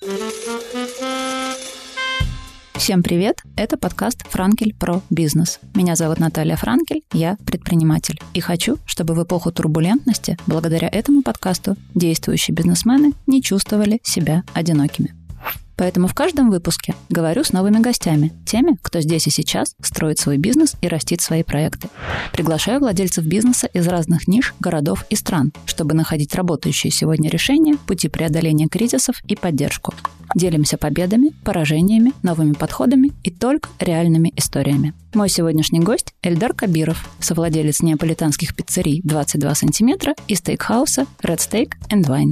Всем привет! Это подкаст «Франкель про бизнес». Меня зовут Наталья Франкель, я предприниматель. И хочу, чтобы в эпоху турбулентности, благодаря этому подкасту, действующие бизнесмены не чувствовали себя одинокими. Поэтому в каждом выпуске говорю с новыми гостями, теми, кто здесь и сейчас строит свой бизнес и растит свои проекты. Приглашаю владельцев бизнеса из разных ниш, городов и стран, чтобы находить работающие сегодня решения, пути преодоления кризисов и поддержку. Делимся победами, поражениями, новыми подходами и только реальными историями. Мой сегодняшний гость – Эльдар Кабиров, совладелец неаполитанских пиццерий 22 сантиметра и стейкхауса Red Steak and Wine.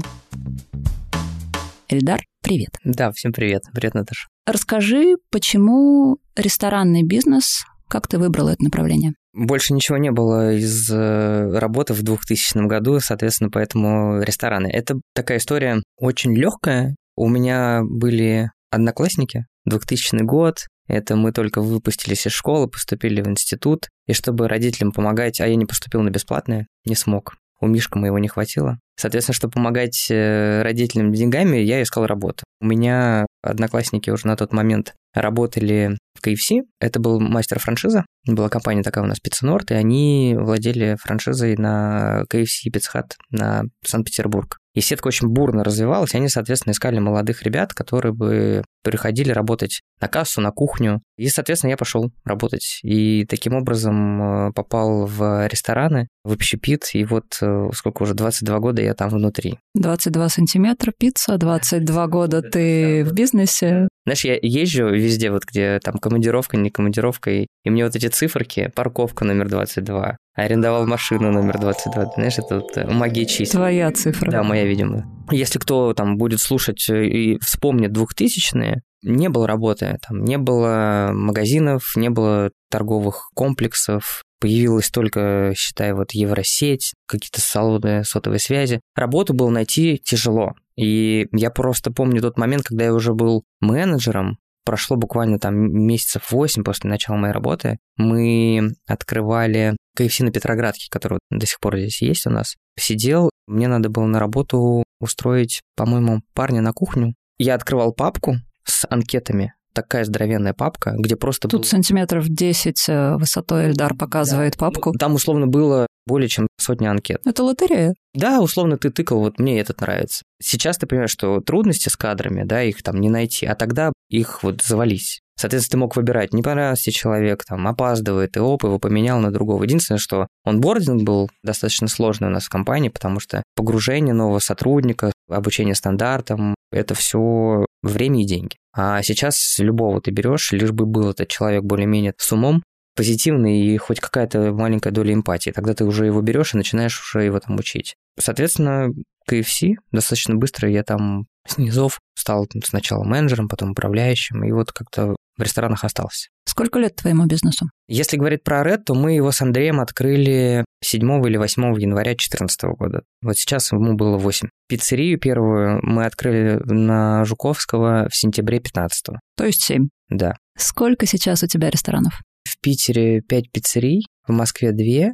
Эльдар, привет. Да, всем привет. Привет, Наташа. Расскажи, почему ресторанный бизнес, как ты выбрал это направление? Больше ничего не было из работы в 2000 году, соответственно, поэтому рестораны. Это такая история очень легкая. У меня были одноклассники, 2000 год, это мы только выпустились из школы, поступили в институт, и чтобы родителям помогать, а я не поступил на бесплатное, не смог. У Мишка моего не хватило. Соответственно, чтобы помогать родителям деньгами, я искал работу. У меня одноклассники уже на тот момент работали в KFC. Это был мастер-франшиза. Была компания такая у нас Pizza Nord, и они владели франшизой на KFC и Pizza Hut на Санкт-Петербург. И сетка очень бурно развивалась, и они, соответственно, искали молодых ребят, которые бы приходили работать на кассу, на кухню. И, соответственно, я пошел работать. И таким образом попал в рестораны, в общепит. И вот сколько уже, 22 года я там внутри. 22 сантиметра пицца, 22 года ты в бизнесе. Знаешь, я езжу везде, вот где там командировка, не командировка, и мне вот эти циферки, парковка номер 22, арендовал машину номер 22, знаешь, это вот магия чисел. Твоя цифра. Да, моя, видимо. Если кто там будет слушать и вспомнит 2000-е, не было работы, там не было магазинов, не было торговых комплексов, появилась только, считай, вот Евросеть, какие-то салоны сотовой связи. Работу было найти тяжело. И я просто помню тот момент, когда я уже был менеджером, прошло буквально там месяцев 8 после начала моей работы, мы открывали KFC на Петроградке, который до сих пор здесь есть у нас. Сидел, мне надо было на работу устроить, по-моему, парня на кухню. Я открывал папку с анкетами, такая здоровенная папка, где просто... Тут сантиметров 10 высотой Эльдар показывает папку. Там условно было более чем 100 анкет. Это лотерея. Да, условно ты тыкал, вот мне этот нравится. Сейчас ты понимаешь, что трудности с кадрами, да, их там не найти, а тогда их вот завались. Соответственно, ты мог выбирать, не понравился тебе человек, там, опаздывает, и его поменял на другого. Единственное, что онбординг был достаточно сложный у нас в компании, потому что погружение нового сотрудника, обучение стандартам, это все время и деньги. А сейчас любого ты берешь, лишь бы был этот человек более-менее с умом, позитивный и хоть какая-то маленькая доля эмпатии. Тогда ты уже его берешь и начинаешь уже его там учить. Соответственно, KFC достаточно быстро я там с низов стал сначала менеджером, потом управляющим, и вот как-то в ресторанах остался. Сколько лет твоему бизнесу? Если говорить про Red, то мы его с Андреем открыли 7 или 8 января 2014 года. Вот сейчас ему было 8. Пиццерию первую мы открыли на Жуковского в сентябре 2015. То есть 7. Да. Сколько сейчас у тебя ресторанов? В Питере 5 пиццерий, в Москве 2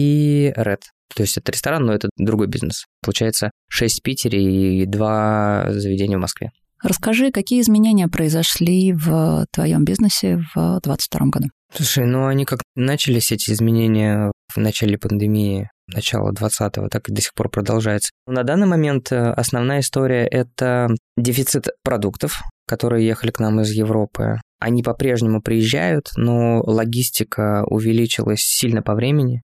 и Red. То есть это ресторан, но это другой бизнес. Получается 6 в Питере и 2 заведения в Москве. Расскажи, какие изменения произошли в твоем бизнесе в 2022 году? Слушай, они как начались, эти изменения, в начале пандемии, начало 2020-го, так и до сих пор продолжается. На данный момент основная история – это дефицит продуктов, которые ехали к нам из Европы. Они по-прежнему приезжают, но логистика увеличилась сильно по времени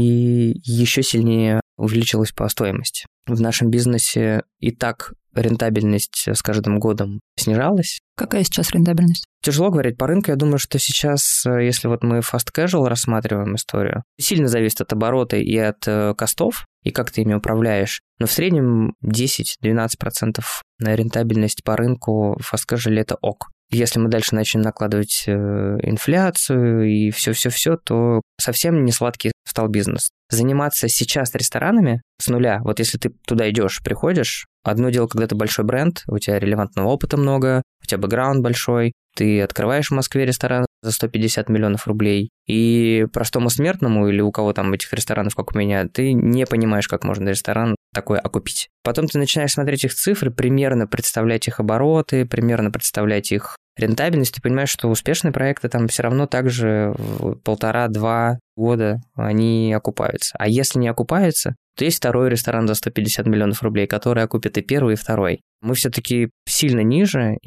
и еще сильнее увеличилась по стоимости. В нашем бизнесе и так рентабельность с каждым годом снижалась. Какая сейчас рентабельность? Тяжело говорить по рынку. Я думаю, что сейчас, если вот мы fast casual рассматриваем историю, сильно зависит от оборота и от костов, и как ты ими управляешь. Но в среднем 10-12% на рентабельность по рынку fast casual это ок. Если мы дальше начнем накладывать инфляцию и все-все-все, то совсем не сладкий стал бизнес. Заниматься сейчас ресторанами с нуля, вот если ты туда идешь, приходишь, одно дело, когда ты большой бренд, у тебя релевантного опыта много, у тебя бэкграунд большой, ты открываешь в Москве ресторан за 150 миллионов рублей, и простому смертному или у кого там этих ресторанов, как у меня, ты не понимаешь, как можно ресторан такое окупить. Потом ты начинаешь смотреть их цифры, примерно представлять их обороты, примерно представлять их рентабельность, ты понимаешь, что успешные проекты там все равно также 1,5-2 года они окупаются. А если не окупаются, то есть второй ресторан за 150 миллионов рублей, который окупит и первый, и второй. Мы все-таки сильно ниже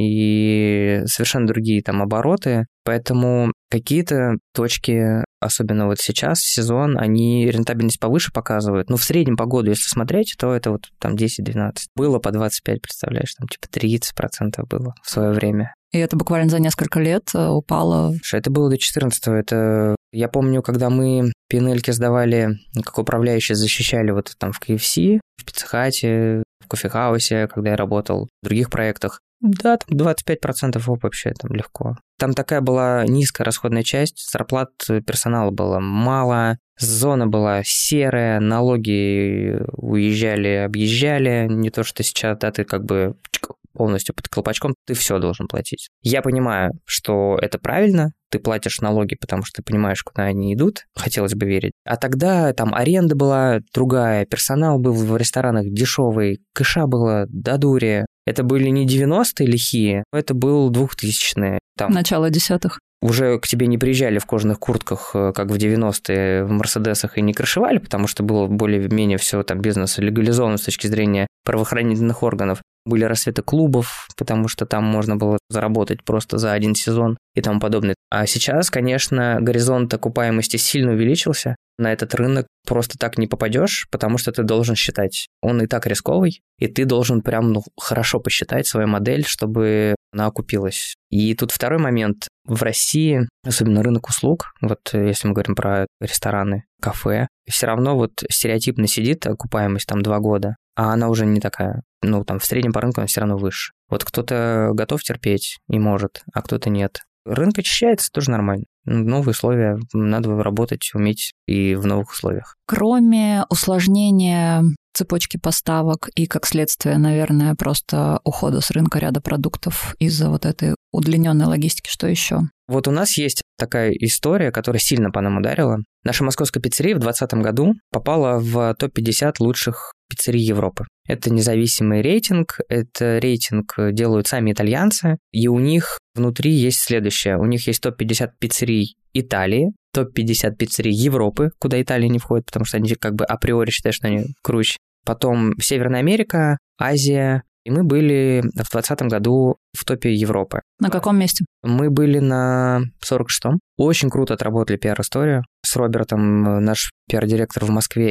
и совершенно другие там обороты, поэтому какие-то точки, особенно вот сейчас, сезон, они рентабельность повыше показывают. Но в среднем по году, если смотреть, то это вот там 10-12. Было по 25, представляешь, там типа 30% было в свое время. И это буквально за несколько лет упало. Это было до 14-го. Это я помню, когда мы P&L-ки сдавали, как управляющие защищали вот там в KFC, в Пиццехате, в кофехаусе, когда я работал, в других проектах. Да, там 25% вообще там легко. Там такая была низкая расходная часть, зарплат персонала было мало, зона была серая, налоги уезжали, объезжали, не то что сейчас, да, ты как бы полностью под колпачком, ты все должен платить. Я понимаю, что это правильно, ты платишь налоги, потому что ты понимаешь, куда они идут, хотелось бы верить. А тогда там аренда была другая, персонал был в ресторанах дешевый, кэша было до дури. Это были не 90-е лихие, это был 2000-е. Там начало десятых. Уже к тебе не приезжали в кожаных куртках, как в 90-е, в Мерседесах и не крышевали, потому что было более-менее все там бизнес легализовано с точки зрения правоохранительных органов. Были рассветы клубов, потому что там можно было заработать просто за один сезон и тому подобное. А сейчас, конечно, горизонт окупаемости сильно увеличился. На этот рынок просто так не попадешь, потому что ты должен считать. Он и так рисковый, и ты должен прям хорошо посчитать свою модель, чтобы она окупилась. И тут второй момент. В России, особенно рынок услуг, вот если мы говорим про рестораны, кафе, все равно вот стереотипно сидит окупаемость там 2 года, а она уже не такая. Ну, там в среднем по рынку она все равно выше. Вот кто-то готов терпеть и может, а кто-то нет. Рынок очищается, тоже нормально. Новые условия, надо работать, уметь и в новых условиях. Кроме усложнения цепочки поставок и, как следствие, наверное, просто ухода с рынка ряда продуктов из-за вот этой удлиненной логистики, что еще? Вот у нас есть такая история, которая сильно по нам ударила. Наша московская пиццерия в 2020 году попала в топ-50 лучших пиццерий Европы. Это независимый рейтинг, это рейтинг делают сами итальянцы, и у них внутри есть следующее. У них есть топ-50 пиццерий Италии, топ-50 пиццерий Европы, куда Италия не входит, потому что они как бы априори считают, что они круче. Потом Северная Америка, Азия, и мы были в 2020 году в топе Европы. На каком месте? Мы были на 46-м. Очень круто отработали пиар-историю с Робертом, наш пиар-директор в Москве,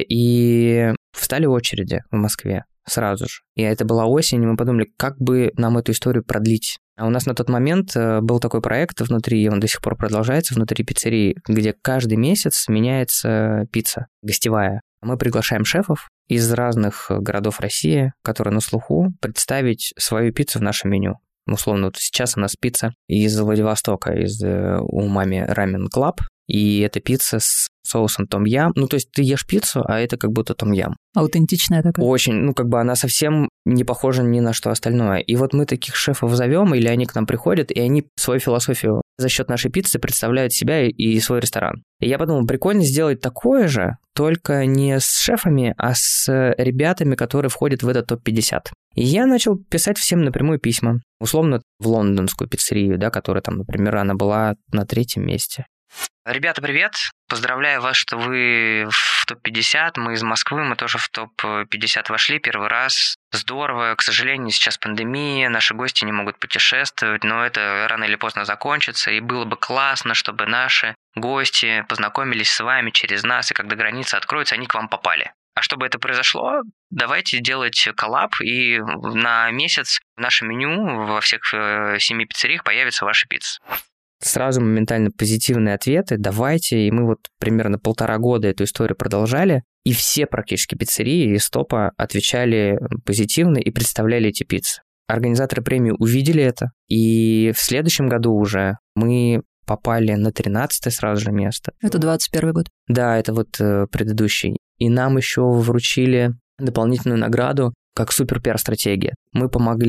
и встали в очереди в Москве сразу же. И это была осень, и мы подумали, как бы нам эту историю продлить. А у нас на тот момент был такой проект внутри, и он до сих пор продолжается, внутри пиццерии, где каждый месяц меняется пицца гостевая. Мы приглашаем шефов из разных городов России, которые на слуху, представить свою пиццу в нашем меню. Условно, вот сейчас у нас пицца из Владивостока, из Умами Рамен Клаб, и это пицца с соусом том-ям. Ну, то есть ты ешь пиццу, а это как будто том-ям. Аутентичная такая. Очень, она совсем не похожа ни на что остальное. И вот мы таких шефов зовем, или они к нам приходят, и они свою философию за счет нашей пиццы представляют себя и свой ресторан. И я подумал, прикольно сделать такое же, только не с шефами, а с ребятами, которые входят в этот топ-50. И я начал писать всем напрямую письма. Условно, в лондонскую пиццерию, да, которая там, например, она была на 3-м месте. Ребята, привет! Поздравляю вас, что вы в топ-50. Мы из Москвы, мы тоже в топ-50 вошли первый раз. Здорово. К сожалению, сейчас пандемия, наши гости не могут путешествовать, но это рано или поздно закончится, и было бы классно, чтобы наши гости познакомились с вами через нас, и когда граница откроется, они к вам попали. А чтобы это произошло, давайте делать коллаб, и на месяц в нашем меню во всех 7 пиццериях появится ваша пицца. Сразу моментально позитивные ответы, давайте, и мы вот примерно 1,5 года эту историю продолжали, и все практически пиццерии из топа отвечали позитивно и представляли эти пиццы. Организаторы премии увидели это, и в следующем году уже мы попали на 13-е сразу же место. Это 21 год? Да, это вот предыдущий. И нам еще вручили дополнительную награду как супер пиар-стратегия. Мы помогли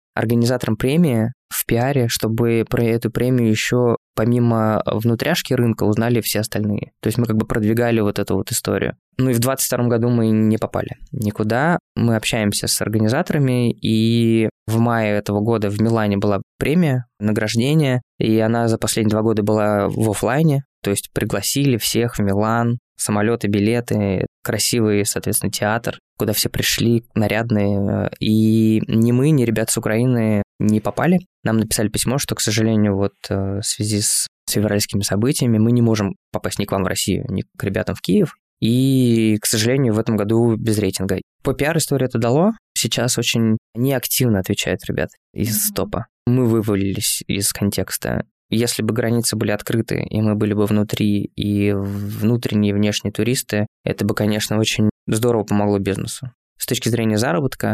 организатором премии в пиаре, чтобы про эту премию еще помимо внутряшки рынка узнали все остальные. То есть мы как бы продвигали вот эту вот историю. Ну и в 2022 году мы не попали никуда. Мы общаемся с организаторами, и в мае этого года в Милане была премия, награждение, и она за последние 2 года была в офлайне, то есть пригласили всех в Милан, самолеты, билеты, красивый, соответственно, театр, куда все пришли, нарядные. И ни мы, ни ребята с Украины не попали. Нам написали письмо, что, к сожалению, вот в связи с февральскими событиями мы не можем попасть ни к вам в Россию, ни к ребятам в Киев. И, к сожалению, в этом году без рейтинга. По пиар-истории это дало. Сейчас очень неактивно отвечают ребята из топа. Мы вывалились из контекста. Если бы границы были открыты, и мы были бы внутри, и внутренние и внешние туристы, это бы, конечно, очень здорово помогло бизнесу. С точки зрения заработка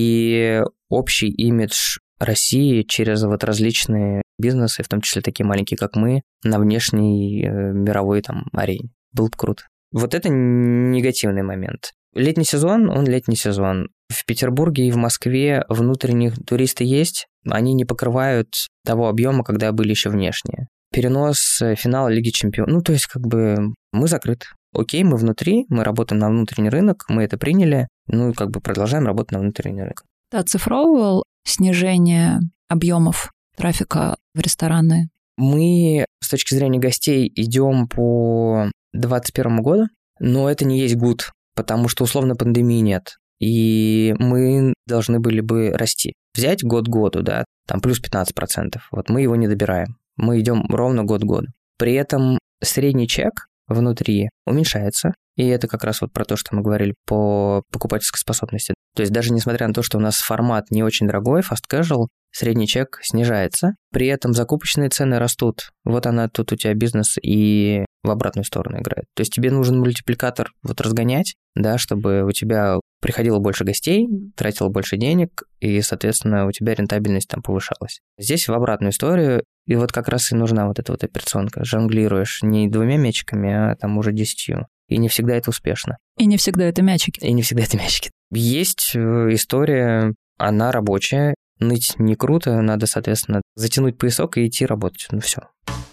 и общий имидж России через вот различные бизнесы, в том числе такие маленькие, как мы, на внешней мировой там арене. Было бы круто. Вот это негативный момент. Летний сезон, он летний сезон. В Петербурге и в Москве внутренние туристы есть, они не покрывают того объема, когда были еще внешние. Перенос финала Лиги Чемпионов. Ну, то есть, как бы, мы закрыты. Окей, мы внутри, мы работаем на внутренний рынок, мы это приняли, ну и как бы продолжаем работать на внутренний рынок. Ты оцифровывал снижение объемов трафика в рестораны? Мы с точки зрения гостей идем по 2021 году, но это не есть гуд, потому что условно пандемии нет. И мы должны были бы расти. Взять год к году, да, там плюс 15%. Вот мы его не добираем. Мы идем ровно год к году. При этом средний чек внутри уменьшается. И это как раз вот про то, что мы говорили по покупательской способности. То есть даже несмотря на то, что у нас формат не очень дорогой, fast casual, средний чек снижается. При этом закупочные цены растут. Вот она тут у тебя бизнес и в обратную сторону играет. То есть тебе нужен мультипликатор вот разгонять, да, чтобы у тебя приходило больше гостей, тратило больше денег, и, соответственно, у тебя рентабельность там повышалась. Здесь в обратную историю, и вот как раз и нужна вот эта вот операционка. Жонглируешь не 2 мячиками, а там уже 10. И не всегда это успешно. И не всегда это мячики. И не всегда это мячики. Есть история, она рабочая. Ныть не круто, надо, соответственно, затянуть поясок и идти работать. Ну все.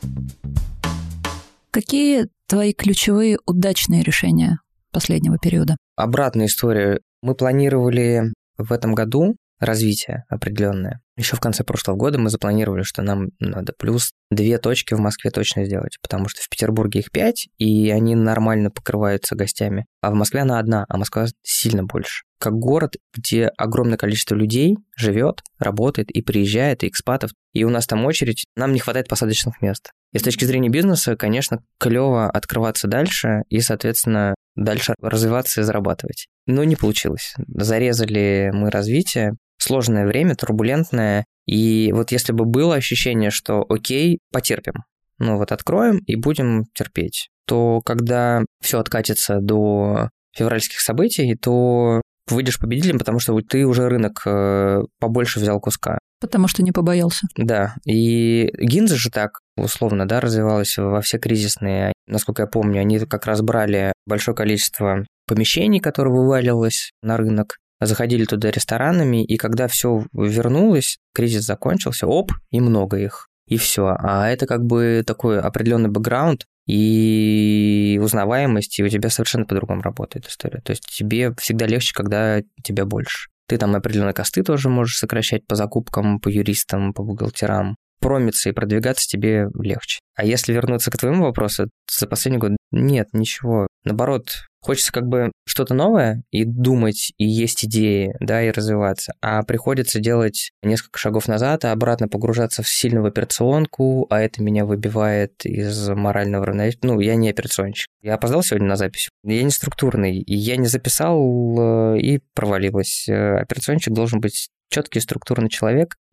Какие твои ключевые удачные решения последнего периода? Обратная история. Мы планировали в этом году развитие определенное. Еще в конце прошлого года мы запланировали, что нам надо плюс 2 точки в Москве точно сделать, потому что в Петербурге их 5, и они нормально покрываются гостями. А в Москве она 1, а Москва сильно больше. Как город, где огромное количество людей живет, работает и приезжает, и экспатов, и у нас там очередь, нам не хватает посадочных мест. И с точки зрения бизнеса, конечно, клево открываться дальше и, соответственно, дальше развиваться и зарабатывать. Но не получилось. Зарезали мы развитие. Сложное время, турбулентное. И вот если бы было ощущение, что окей, потерпим, ну вот откроем и будем терпеть, то когда все откатится до февральских событий, то выйдешь победителем, потому что ты уже рынок побольше взял куска. Потому что не побоялся. Да, и Гинза же так условно, да, развивалась во все кризисные. Насколько я помню, они как раз брали большое количество помещений, которые вываливалось на рынок, заходили туда ресторанами, и когда все вернулось, кризис закончился, оп, и много их, и все. А это как бы такой определенный бэкграунд и узнаваемость, и у тебя совершенно по-другому работает история. То есть тебе всегда легче, когда тебя больше. Ты там определенные косты тоже можешь сокращать по закупкам, по юристам, по бухгалтерам. Промиться и продвигаться тебе легче. А если вернуться к твоему вопросу, за последний год нет, ничего. Наоборот, хочется как бы что-то новое и думать, и есть идеи, да, и развиваться. А приходится делать несколько шагов назад, а обратно погружаться в сильную операционку, а это меня выбивает из морального равновесия. Ну, я не операционщик. Я опоздал сегодня на запись. Я не структурный, и я не записал, и провалилось. Операционщик должен быть четкий структурный человек,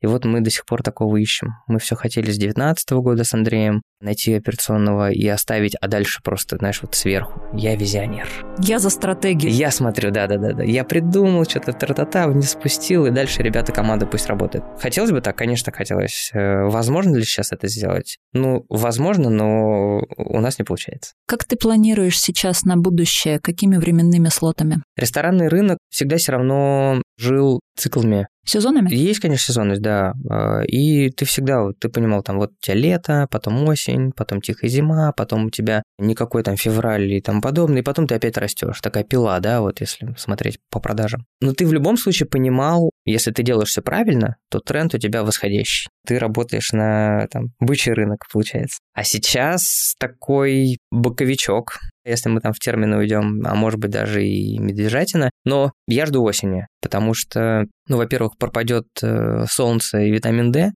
И вот мы до сих пор такого ищем. Мы все хотели с 2019 года с Андреем найти операционного и оставить, а дальше просто, знаешь, вот сверху. Я визионер. Я за стратегию. Я смотрю, да-да-да. Я придумал, что-то тра-та-та, вниз спустил, и дальше ребята, команда пусть работает. Хотелось бы так? Конечно, хотелось. Возможно ли сейчас это сделать? Ну, возможно, но у нас не получается. Как ты планируешь сейчас на будущее? Какими временными слотами? Ресторанный рынок всегда все равно жил циклами. Сезонами? Есть, конечно, сезонность, да. И ты всегда, вот, ты понимал, там, вот у тебя лето, потом осень, потом тихая зима, потом у тебя никакой там февраль и тому подобное, и потом ты опять растешь. Такая пила, да, вот если смотреть по продажам. Но ты в любом случае понимал, если ты делаешь все правильно, то тренд у тебя восходящий. Ты работаешь на там бычий рынок, получается. А сейчас такой боковичок, если мы там в термины уйдем, а может быть даже и медвежатина. Но я жду осени, потому что, ну, во-первых, пропадет солнце и витамин D,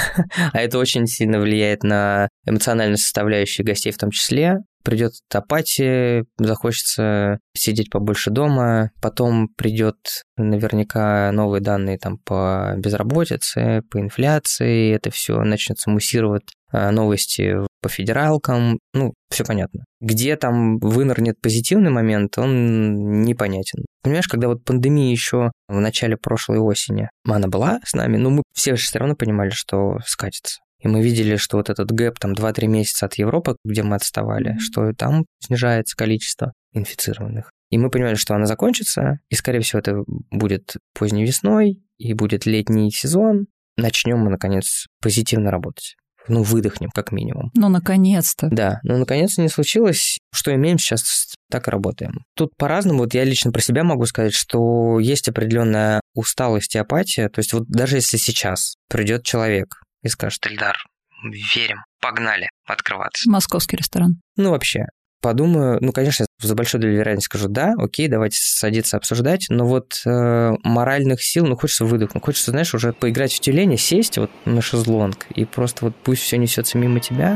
а это очень сильно влияет на эмоциональную составляющую гостей в том числе. Придет апатия, захочется сидеть побольше дома, потом придет наверняка новые данные там по безработице, по инфляции, это все начнется муссировать, новости по федералкам, ну, все понятно. Где там вынырнет позитивный момент, он непонятен. Понимаешь, когда вот пандемия еще в начале прошлой осени, она была с нами, но мы все же все равно понимали, что скатится. И мы видели, что вот этот гэп, там, 2-3 месяца от Европы, где мы отставали, что там снижается количество инфицированных. И мы понимали, что она закончится, и, скорее всего, это будет поздней весной, и будет летний сезон. Начнем мы, наконец, позитивно работать. Ну, выдохнем, как минимум. Ну, наконец-то. Да, но наконец-то не случилось. Что имеем сейчас, так и работаем. Тут по-разному. Вот я лично про себя могу сказать, что есть определенная усталость и апатия. То есть вот даже если сейчас придет человек и скажет: Ильдар, верим, погнали открываться. Московский ресторан. Ну, вообще. Подумаю, ну, конечно, за большой долей вероятности скажу: да, окей, давайте садиться обсуждать, но вот моральных сил, ну, хочется выдохнуть, хочется, знаешь, уже поиграть в тюленя, сесть вот на шезлонг, и просто вот пусть все несется мимо тебя,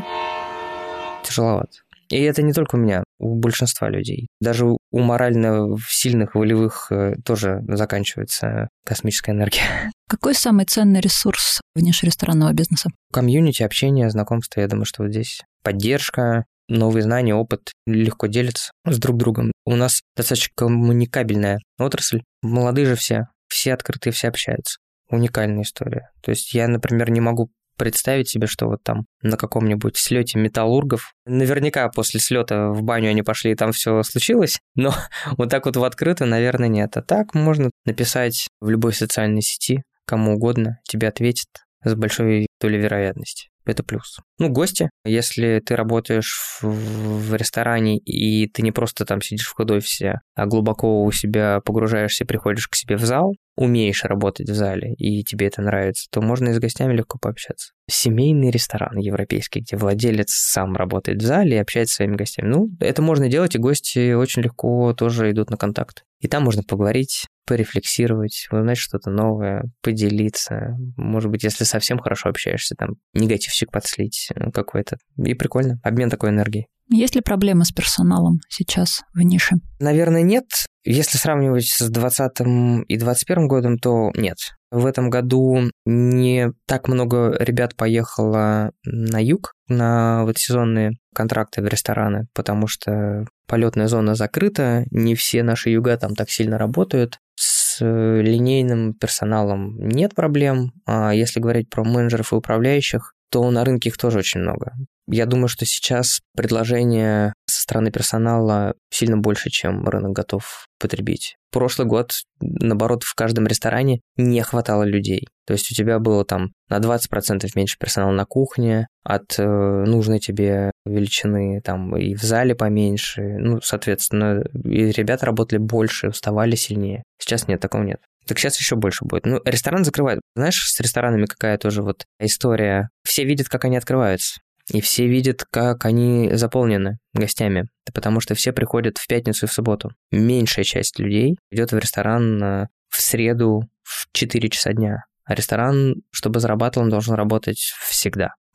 тяжеловато. И это не только у меня, у большинства людей. Даже у морально сильных, волевых тоже заканчивается космическая энергия. Какой самый ценный ресурс внешресторанного бизнеса? Комьюнити, общение, знакомство, я думаю, что вот здесь поддержка, новые знания, опыт, легко делятся с друг другом. У нас достаточно коммуникабельная отрасль. Молодые же все открытые, все общаются. Уникальная история. То есть я, например, не могу представить себе, что вот там на каком-нибудь слете металлургов, наверняка после слета в баню они пошли, и там все случилось, но вот так вот в открытую, наверное, нет. А так можно написать в любой социальной сети, кому угодно, тебе ответит с большой долей вероятности. Это плюс. Ну, гости. Если ты работаешь в ресторане, и ты не просто там сидишь в хед-офисе, а глубоко у себя погружаешься, приходишь к себе в зал, умеешь работать в зале, и тебе это нравится, то можно и с гостями легко пообщаться. Семейный ресторан европейский, где владелец сам работает в зале и общается с своими гостями. Ну, это можно делать, и гости очень легко тоже идут на контакт. И там можно поговорить, порефлексировать, узнать что-то новое, поделиться. Может быть, если совсем хорошо общаешься, там негативчик подслить какой-то. И прикольно. Обмен такой энергией. Есть ли проблемы с персоналом сейчас в нише? Наверное, нет. Если сравнивать с 2020 и 2021 годом, то нет. В этом году не так много ребят поехало на юг, на вот сезонные контракты в рестораны, потому что полетная зона закрыта, не все наши юга там так сильно работают. С линейным персоналом нет проблем, а если говорить про менеджеров и управляющих, то на рынке их тоже очень много. Я думаю, что сейчас предложение со стороны персонала сильно больше, чем рынок готов потребить. Прошлый год, наоборот, в каждом ресторане не хватало людей. То есть у тебя было там на 20% меньше персонала на кухне, от нужной тебе величины, там и в зале поменьше. Ну, соответственно, и ребята работали больше, уставали сильнее. Сейчас нет, такого нет. Так сейчас еще больше будет. Ну, ресторан закрывают. Знаешь, с ресторанами какая тоже вот история. Все видят, как они открываются. И все видят, как они заполнены гостями. Потому что все приходят в пятницу и в субботу. Меньшая часть людей идет в ресторан в среду в 4 часа дня. А ресторан, чтобы зарабатывал, он должен работать всегда.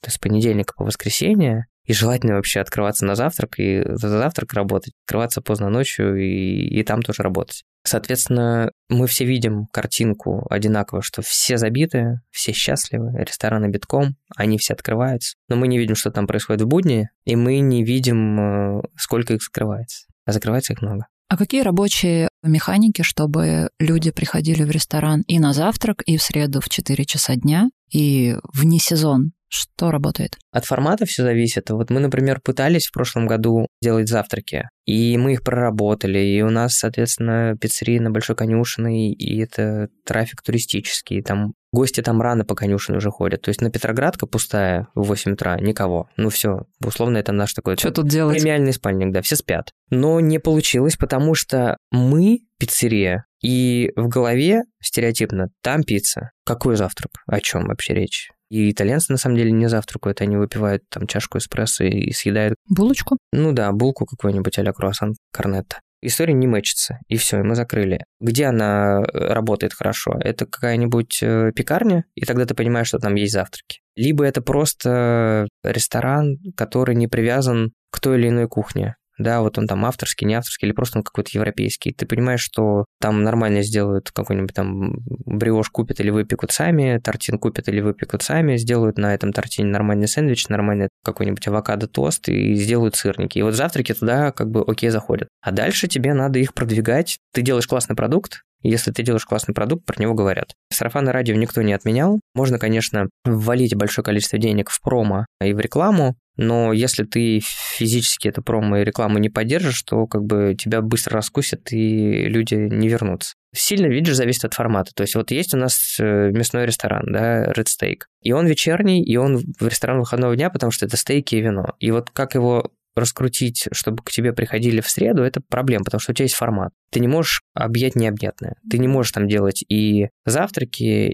То есть с понедельника по воскресенье, и желательно вообще открываться на завтрак, и за завтрак работать, открываться поздно ночью и там тоже работать. Соответственно, мы все видим картинку одинаково, что все забиты, все счастливы, рестораны битком, они все открываются, но мы не видим, что там происходит в будни, и мы не видим, сколько их закрывается. А закрывается их много. А какие рабочие механики, чтобы люди приходили в ресторан и на завтрак, и в среду в 4 часа дня, и вне сезон? Что работает? От формата все зависит. Вот мы, например, пытались в прошлом году делать завтраки, и мы их проработали, и у нас, соответственно, пиццерия на Большой Конюшенной, и это трафик туристический, там гости там рано по Конюшиной уже ходят. То есть на Петроградка пустая в 8 утра, никого. Ну все, условно, это наш такой... Что тут делать? Премиальный спальник, да, все спят. Но не получилось, потому что мы, пиццерия, и в голове стереотипно, там пицца. Какой завтрак? О чем вообще речь? И итальянцы, на самом деле, не завтракают, они выпивают там чашку эспрессо и съедают... Булочку? Ну да, булку какую-нибудь а-ля круассан корнетто. История не мэчится, и все, и мы закрыли. Где она работает хорошо? Это какая-нибудь пекарня, и тогда ты понимаешь, что там есть завтраки. Либо это просто ресторан, который не привязан к той или иной кухне. Да, вот он там авторский, не авторский, или просто он какой-то европейский. Ты понимаешь, что там нормально сделают какой-нибудь там бриош купят или выпекут сами, тортин купят или выпекут сами, сделают на этом тортине нормальный сэндвич, нормальный какой-нибудь авокадо-тост и сделают сырники. И вот завтраки туда как бы окей заходят. А дальше тебе надо их продвигать. Ты делаешь классный продукт, если ты делаешь классный продукт, про него говорят. Сарафанное радио никто не отменял. Можно, конечно, ввалить большое количество денег в промо и в рекламу, но если ты физически это промо и рекламу не поддержишь, то как бы тебя быстро раскусят и люди не вернутся. Сильно, видишь, зависит от формата. То есть вот есть у нас мясной ресторан, да, Red Steak, и он вечерний, и он в ресторан выходного дня, потому что это стейки и вино. И вот как его раскрутить, чтобы к тебе приходили в среду, это проблема, потому что у тебя есть формат. Ты не можешь объять необъятное. Ты не можешь там делать и завтраки,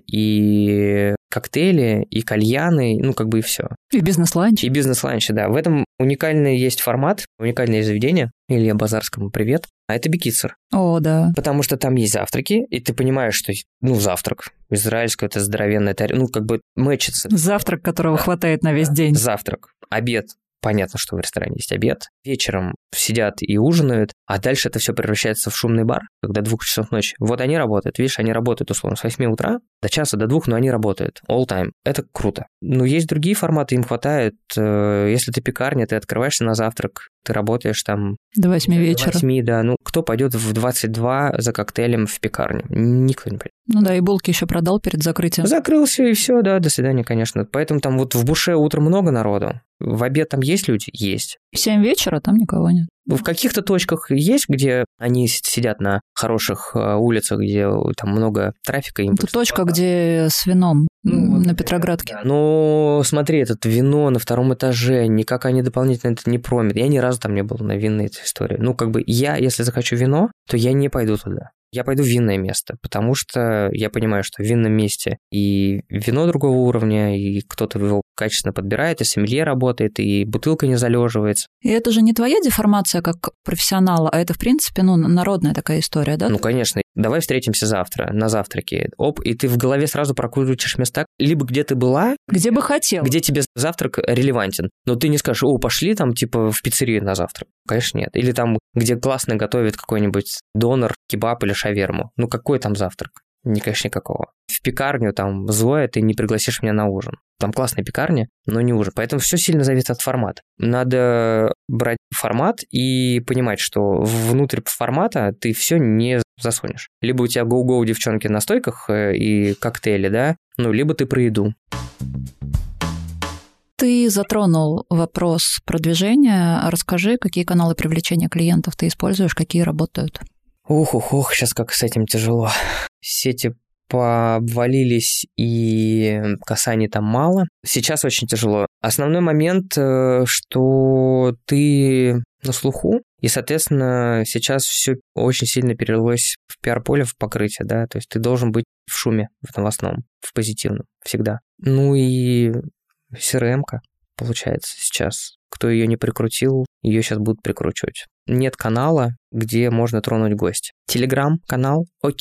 и коктейли, и кальяны, ну, как бы и все. И бизнес-ланч. И бизнес-ланчи, да. В этом уникальный есть формат, уникальное заведение. Илье Базарскому привет. А это Бикицер. О, да. Потому что там есть завтраки, и ты понимаешь, что, ну, завтрак. Израильское это здоровенное, ну, как бы мэчится. Завтрак, которого хватает на весь день. Завтрак. Обед. Понятно, что в ресторане есть обед. Вечером сидят и ужинают, а дальше это все превращается в шумный бар, когда 2 часов ночи. Вот они работают, видишь, они работают условно с 8 утра до часа, до 2, но они работают all time. Это круто. Но есть другие форматы, им хватает. Если ты пекарня, ты открываешься на завтрак, ты работаешь там... До 8 вечера. До 8, да. Ну, кто пойдет в 22 за коктейлем в пекарню? Никто не пойдет. Ну да, и булки еще продал перед закрытием. Закрылся, и все, да, до свидания, конечно. Поэтому там вот в буше утром много народу. В обед там есть люди? Есть. В 7 вечера там никого нет. В каких-то точках есть, где они сидят на хороших улицах, где там много трафика. Это точка, где с вином на Петроградке. Да. Но смотри, это вино на 2 этаже, никак они дополнительно это не промят. Я ни разу там не был на винной этой истории. Ну, как бы я, если захочу вино, то я не пойду туда. Я пойду в винное место, потому что я понимаю, что в винном месте и вино другого уровня, и кто-то его качественно подбирает, и сомелье работает, и бутылка не залеживается. И это же не твоя деформация как профессионала, а это, в принципе, ну, народная такая история, да? Ну, конечно. Давай встретимся завтра на завтраке. Оп, и ты в голове сразу прокрутишь места, либо где ты была... Где бы хотел. Где тебе завтрак релевантен. Но ты не скажешь, о, пошли там, типа, в пиццерию на завтрак. Конечно, нет. Или там, где классно готовит какой-нибудь донор, кебаб или шаверму. Ну, какой там завтрак? Конечно, никакого. В пекарню там злое ты не пригласишь меня на ужин. Там классная пекарня, но не ужин. Поэтому все сильно зависит от формата. Надо брать формат и понимать, что внутрь формата ты все не засунешь. Либо у тебя гоу-гоу девчонки на стойках и коктейли, да, ну, либо ты про еду. Ты затронул вопрос продвижения. Расскажи, какие каналы привлечения клиентов ты используешь, какие работают? Ух, сейчас как с этим тяжело. Сети пообвалились, и касаний там мало. Сейчас очень тяжело. Основной момент, что ты на слуху, и, соответственно, сейчас все очень сильно перелилось в пиар-поле, в покрытие, да, то есть ты должен быть в шуме, в новостном, в позитивном, всегда. Ну и CRM-ка, получается, сейчас. Кто ее не прикрутил, ее сейчас будут прикручивать. Нет канала, где можно тронуть гостя. Телеграм-канал, окей.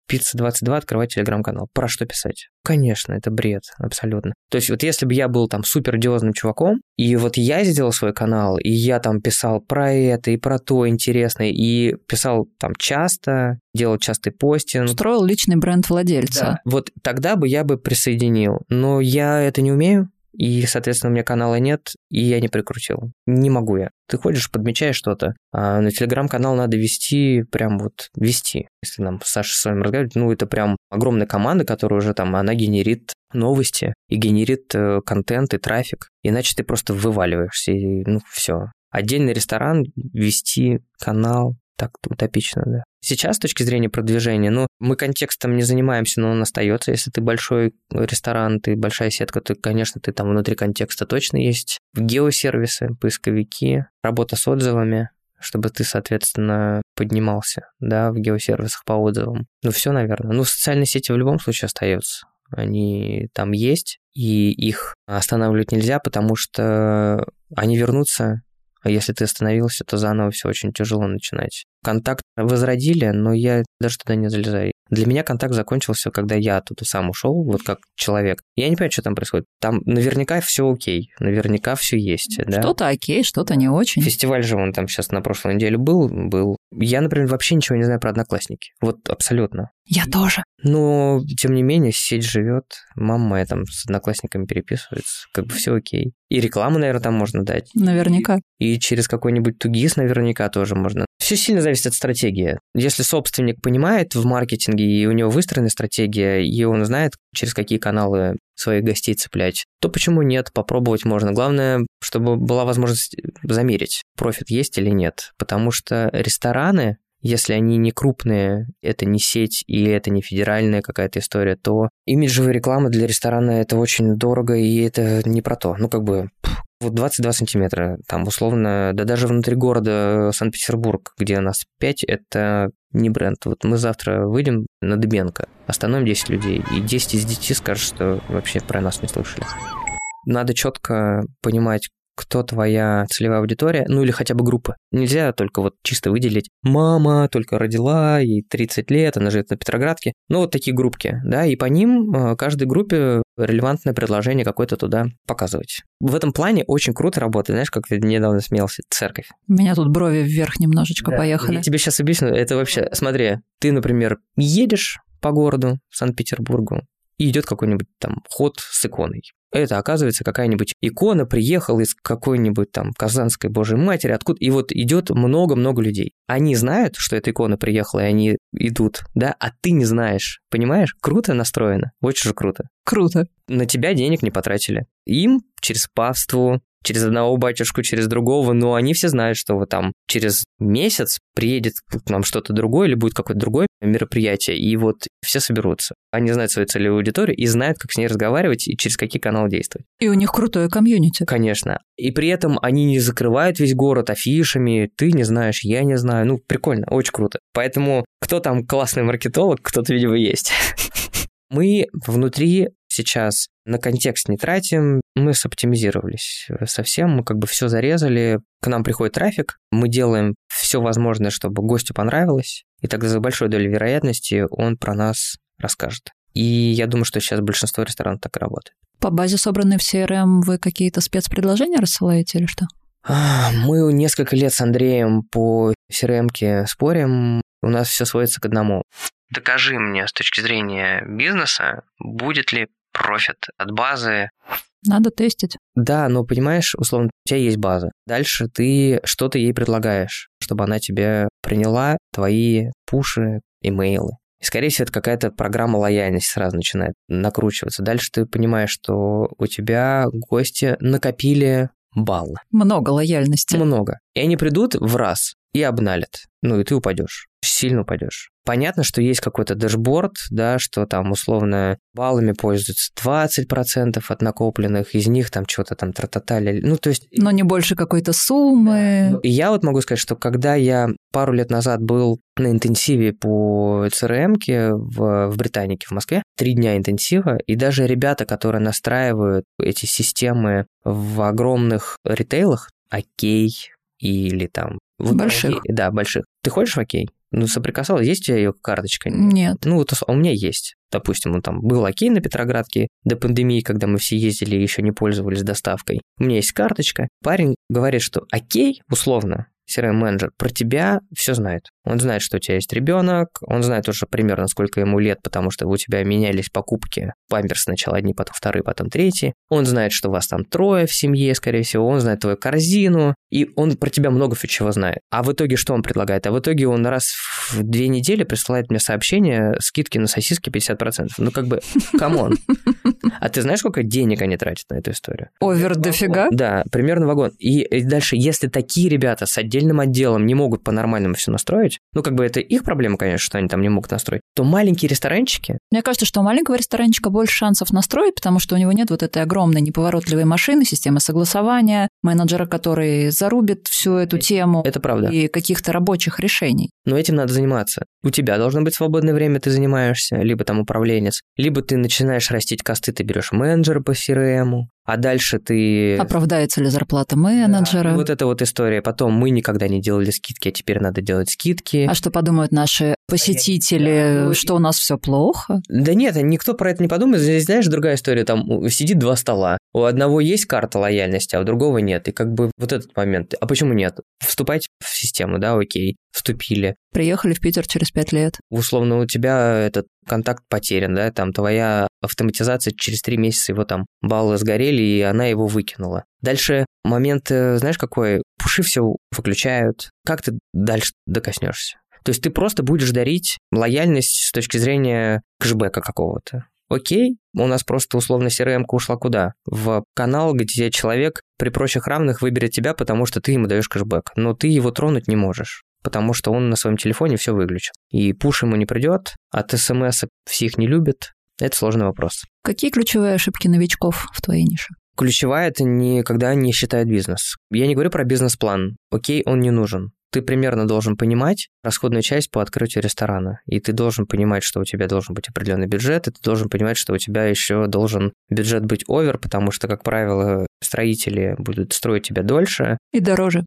Пицца 22, открывать телеграм-канал. Про что писать? Конечно, это бред, абсолютно. То есть вот если бы я был там супер одиозным чуваком, и вот я сделал свой канал, и я там писал про это и про то интересное, и писал там часто, делал частый постинг. Строил личный бренд владельца. Да. Вот тогда бы я бы присоединил. Но я это не умею, и, соответственно, у меня канала нет, и я не прикрутил. Не могу я. Ты ходишь, подмечаешь что-то, а на телеграм-канал надо вести, прям вот вести. Если нам Саша с вами разговаривать, это прям огромная команда, которая уже там, она генерит новости и генерит контент и трафик. Иначе ты просто вываливаешься, и все. Отдельный ресторан, вести канал, так утопично, да. Сейчас, с точки зрения продвижения, мы контекстом не занимаемся, но он остается. Если ты большой ресторан, ты большая сетка, то, конечно, ты там внутри контекста точно есть. Геосервисы, поисковики, работа с отзывами, чтобы ты, соответственно, поднимался, да, в геосервисах по отзывам. Все, наверное. Социальные сети в любом случае остаются. Они там есть, и их останавливать нельзя, потому что они вернутся. А если ты остановился, то заново все очень тяжело начинать. Контакт возродили, но я даже туда не залезаю. Для меня контакт закончился, когда я оттуда сам ушел, вот как человек. Я не понимаю, что там происходит. Там наверняка все окей, наверняка все есть. Да? Что-то окей, что-то не очень. Фестиваль же он там сейчас на прошлой неделе был. Я, например, вообще ничего не знаю про Одноклассники. Вот абсолютно. Я тоже. Но, тем не менее, сеть живет. Мама моя там с Одноклассниками переписывается. Как бы все окей. И рекламу, наверное, там можно дать. Наверняка. И через какой-нибудь тугис наверняка тоже можно. Все сильно зависит от стратегии. Если собственник понимает в маркетинге, и у него выстроена стратегия, и он знает, через какие каналы своих гостей цеплять, то почему нет? Попробовать можно. Главное, чтобы была возможность замерить, профит есть или нет. Потому что рестораны, если они не крупные, это не сеть и это не федеральная какая-то история, то имиджевая реклама для ресторана – это очень дорого, и это не про то. Вот 22 сантиметра, там условно, да даже внутри города Санкт-Петербург, где нас 5, это не бренд. Вот мы завтра выйдем на Дыбенко, остановим 10 людей, и 10 из 10 скажут, что вообще про нас не слышали. Надо четко понимать, кто твоя целевая аудитория, или хотя бы группа. Нельзя только вот чисто выделить мама только родила, ей 30 лет, она живет на Петроградке. Вот такие группки, да, и по ним каждой группе релевантное предложение какое-то туда показывать. В этом плане очень круто работает, знаешь, как ты недавно смеялся, церковь. У меня тут брови вверх немножечко поехали. Я тебе сейчас объясню, это вообще, смотри, ты, например, едешь по городу Санкт-Петербургу, и идет какой-нибудь там ход с иконой. Это, оказывается, какая-нибудь икона приехала из какой-нибудь там Казанской Божьей Матери, откуда, и вот идет много-много людей. Они знают, что эта икона приехала, и они идут, да, а ты не знаешь, понимаешь? Круто настроено, очень же круто. Круто. На тебя денег не потратили. Им через паству, через одного батюшку, через другого, но они все знают, что вот там через месяц приедет к нам что-то другое или будет какое-то другое мероприятие, и вот все соберутся. Они знают свою целевую аудиторию и знают, как с ней разговаривать и через какие каналы действовать. И у них крутое комьюнити. Конечно. И при этом они не закрывают весь город афишами, ты не знаешь, я не знаю. Прикольно, очень круто. Поэтому кто там классный маркетолог, кто-то, видимо, есть. Мы внутри сейчас на контекст не тратим, мы соптимизировались совсем, мы как бы все зарезали, к нам приходит трафик, мы делаем все возможное, чтобы гостю понравилось, и тогда за большой долей вероятности он про нас расскажет. И я думаю, что сейчас большинство ресторанов так и работает. По базе, собранной в CRM, вы какие-то спецпредложения рассылаете или что? Мы несколько лет с Андреем по CRM-ке спорим, у нас все сводится к одному. Докажи мне с точки зрения бизнеса, будет ли профит от базы. Надо тестить. Да, но понимаешь, условно, у тебя есть база. Дальше ты что-то ей предлагаешь, чтобы она тебе приняла твои пуши, имейлы. И, скорее всего, это какая-то программа лояльности сразу начинает накручиваться. Дальше ты понимаешь, что у тебя гости накопили баллы. Много лояльности. Много. И они придут в раз и обналят. И ты упадешь. Сильно упадешь. Понятно, что есть какой-то дэшборд, да, что там условно баллами пользуются 20% от накопленных, из них там что-то там тра-та-та-ля. То есть... Но не больше какой-то суммы. И я вот могу сказать, что когда я пару лет назад был на интенсиве по CRM-ке в Британике, в Москве, 3 дня интенсива, и даже ребята, которые настраивают эти системы в огромных ритейлах, Окей или там... Больших. Да, больших. Ты ходишь в Окей? Ну, соприкасалась, есть у тебя ее карточка? Нет. Ну, вот у меня есть. Допустим, там был окей на Петроградке до пандемии, когда мы все ездили и еще не пользовались доставкой. У меня есть карточка. Парень говорит, что окей, условно, CRM-менеджер про тебя все знает. Он знает, что у тебя есть ребенок, он знает уже примерно, сколько ему лет, потому что у тебя менялись покупки. Памперс сначала одни, потом вторые, потом третьи. Он знает, что вас там 3 в семье, скорее всего. Он знает твою корзину, и он про тебя много чего знает. А в итоге что он предлагает? А в итоге он раз в 2 недели присылает мне сообщение, скидки на сосиски 50%. Ну, как бы, камон. А ты знаешь, сколько денег они тратят на эту историю? Овер дофига? Да, примерно вагон. И дальше, если такие ребята с отдельным отделом не могут по-нормальному все настроить, ну, как бы это их проблема, конечно, что они там не могут настроить, то маленькие ресторанчики... Мне кажется, что у маленького ресторанчика больше шансов настроить, потому что у него нет вот этой огромной неповоротливой машины, системы согласования, менеджера, который зарубит всю эту тему. Это правда. И каких-то рабочих решений. Но этим надо заниматься. У тебя должно быть свободное время, ты занимаешься, либо там управленец, либо ты начинаешь растить косты, ты берешь менеджера по CRM, а дальше ты... Оправдается ли зарплата менеджера? Да, вот эта вот история. Потом мы никогда не делали скидки, а теперь надо делать скидки. А что подумают наши посетители, что у нас все плохо? Да нет, никто про это не подумает. Здесь, знаешь, другая история. Там сидит 2 стола. У одного есть карта лояльности, а у другого нет. И как бы вот этот момент. А почему нет? Вступайте в систему, да, окей. Вступили. Приехали в Питер через 5 лет. Условно, у тебя этот контакт потерян, да, там твоя автоматизация через 3 месяца, его там баллы сгорели, и она его выкинула. Дальше момент, знаешь, какой? Пуши все выключают. Как ты дальше докоснешься? То есть ты просто будешь дарить лояльность с точки зрения кэшбэка какого-то. Окей, у нас просто условно CRM-ка ушла куда? В канал, где человек при прочих равных выберет тебя, потому что ты ему даешь кэшбэк, но ты его тронуть не можешь, потому что он на своем телефоне все выключил. И пуш ему не придет, от СМС всех не любит. Это сложный вопрос. Какие ключевые ошибки новичков в твоей нише? Ключевая – это никогда не считает бизнес. Я не говорю про бизнес-план. Окей, он не нужен. Ты примерно должен понимать расходную часть по открытию ресторана. И ты должен понимать, что у тебя должен быть определенный бюджет, и ты должен понимать, что у тебя еще должен бюджет быть овер, потому что, как правило, строители будут строить тебя дольше. И дороже.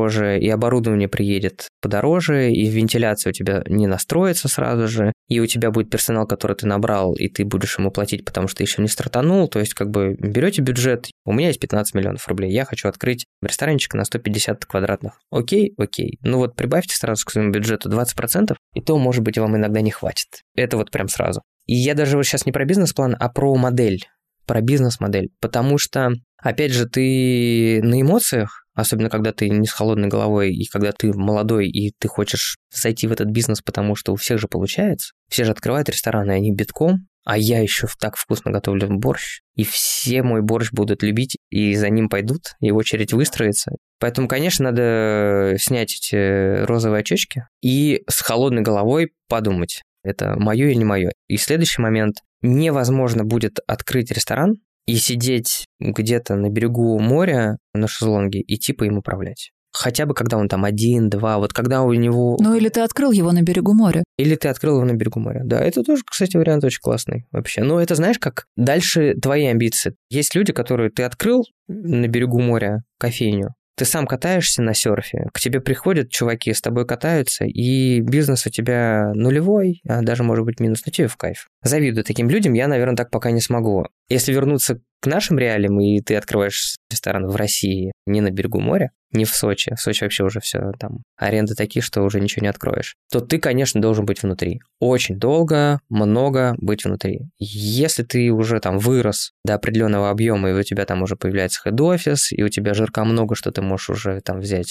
И оборудование приедет подороже, и вентиляция у тебя не настроится сразу же, и у тебя будет персонал, который ты набрал, и ты будешь ему платить, потому что еще не стартанул. То есть, как бы, берете бюджет, у меня есть 15 миллионов рублей, я хочу открыть ресторанчик на 150 квадратных. Окей. Ну вот прибавьте сразу к своему бюджету 20%, и то, может быть, вам иногда не хватит. Это вот прям сразу. И я даже вот сейчас не про бизнес-план, а про модель, про бизнес-модель. Потому что, опять же, ты на эмоциях, особенно когда ты не с холодной головой, и когда ты молодой, и ты хочешь зайти в этот бизнес, потому что у всех же получается. Все же открывают рестораны, они битком, а я еще так вкусно готовлю борщ, и все мой борщ будут любить, и за ним пойдут, и очередь выстроится. Поэтому, конечно, надо снять эти розовые очечки и с холодной головой подумать, это мое или не мое. И следующий момент. Невозможно будет открыть ресторан и сидеть где-то на берегу моря на шезлонге и типа им управлять. Хотя бы когда он там 1, 2, вот когда у него... Ну или ты открыл его на берегу моря. Или ты открыл его на берегу моря. Да, это тоже, кстати, вариант очень классный вообще. Но это знаешь как? Дальше твои амбиции. Есть люди, которые ты открыл на берегу моря кофейню, ты сам катаешься на серфе, к тебе приходят чуваки, с тобой катаются, и бизнес у тебя нулевой, а даже, может быть, минус, но тебе в кайф. Завидую таким людям, я, наверное, так пока не смогу. Если вернуться к нашим реалиям, и ты открываешь ресторан в России, не на берегу моря, не в Сочи вообще уже все там, аренды такие, что уже ничего не откроешь, то ты, конечно, должен быть внутри. Очень долго, много быть внутри. Если ты уже там вырос до определенного объема, и у тебя там уже появляется хед-офис, и у тебя жирка много, что ты можешь уже там взять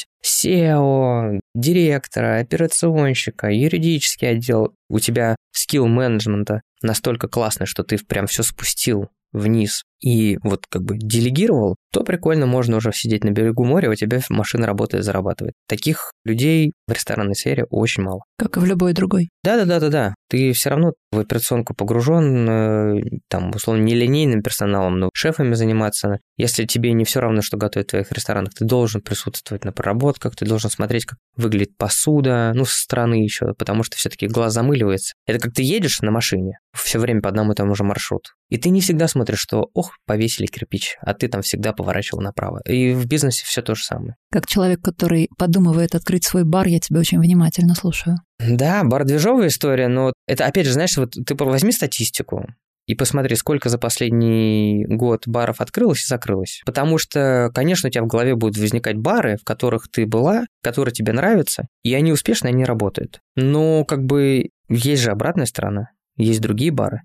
SEO, директора, операционщика, юридический отдел, у тебя скилл менеджмента настолько классный, что ты прям все спустил вниз и вот как бы делегировал, то прикольно, можно уже сидеть на берегу моря, у тебя машина работает, зарабатывает. Таких людей в ресторанной сфере очень мало. Как и в любой другой. Да. Ты все равно в операционку погружен, там, условно, не линейным персоналом, но шефами заниматься. Если тебе не все равно, что готовят в твоих ресторанах, ты должен присутствовать на проработках, ты должен смотреть, как выглядит посуда, со стороны еще, потому что все-таки глаз замыливается. Это как ты едешь на машине все время по одному и тому же маршруту. И ты не всегда смотришь, что, вздох, повесили кирпич, а ты там всегда поворачивал направо. И в бизнесе все то же самое. Как человек, который подумывает открыть свой бар, я тебя очень внимательно слушаю. Да, бар-движовая история, но это, опять же, знаешь, вот ты возьми статистику и посмотри, сколько за последний год баров открылось и закрылось. Потому что, конечно, у тебя в голове будут возникать бары, в которых ты была, которые тебе нравятся, и они успешно, они работают. Но как бы есть же обратная сторона, есть другие бары.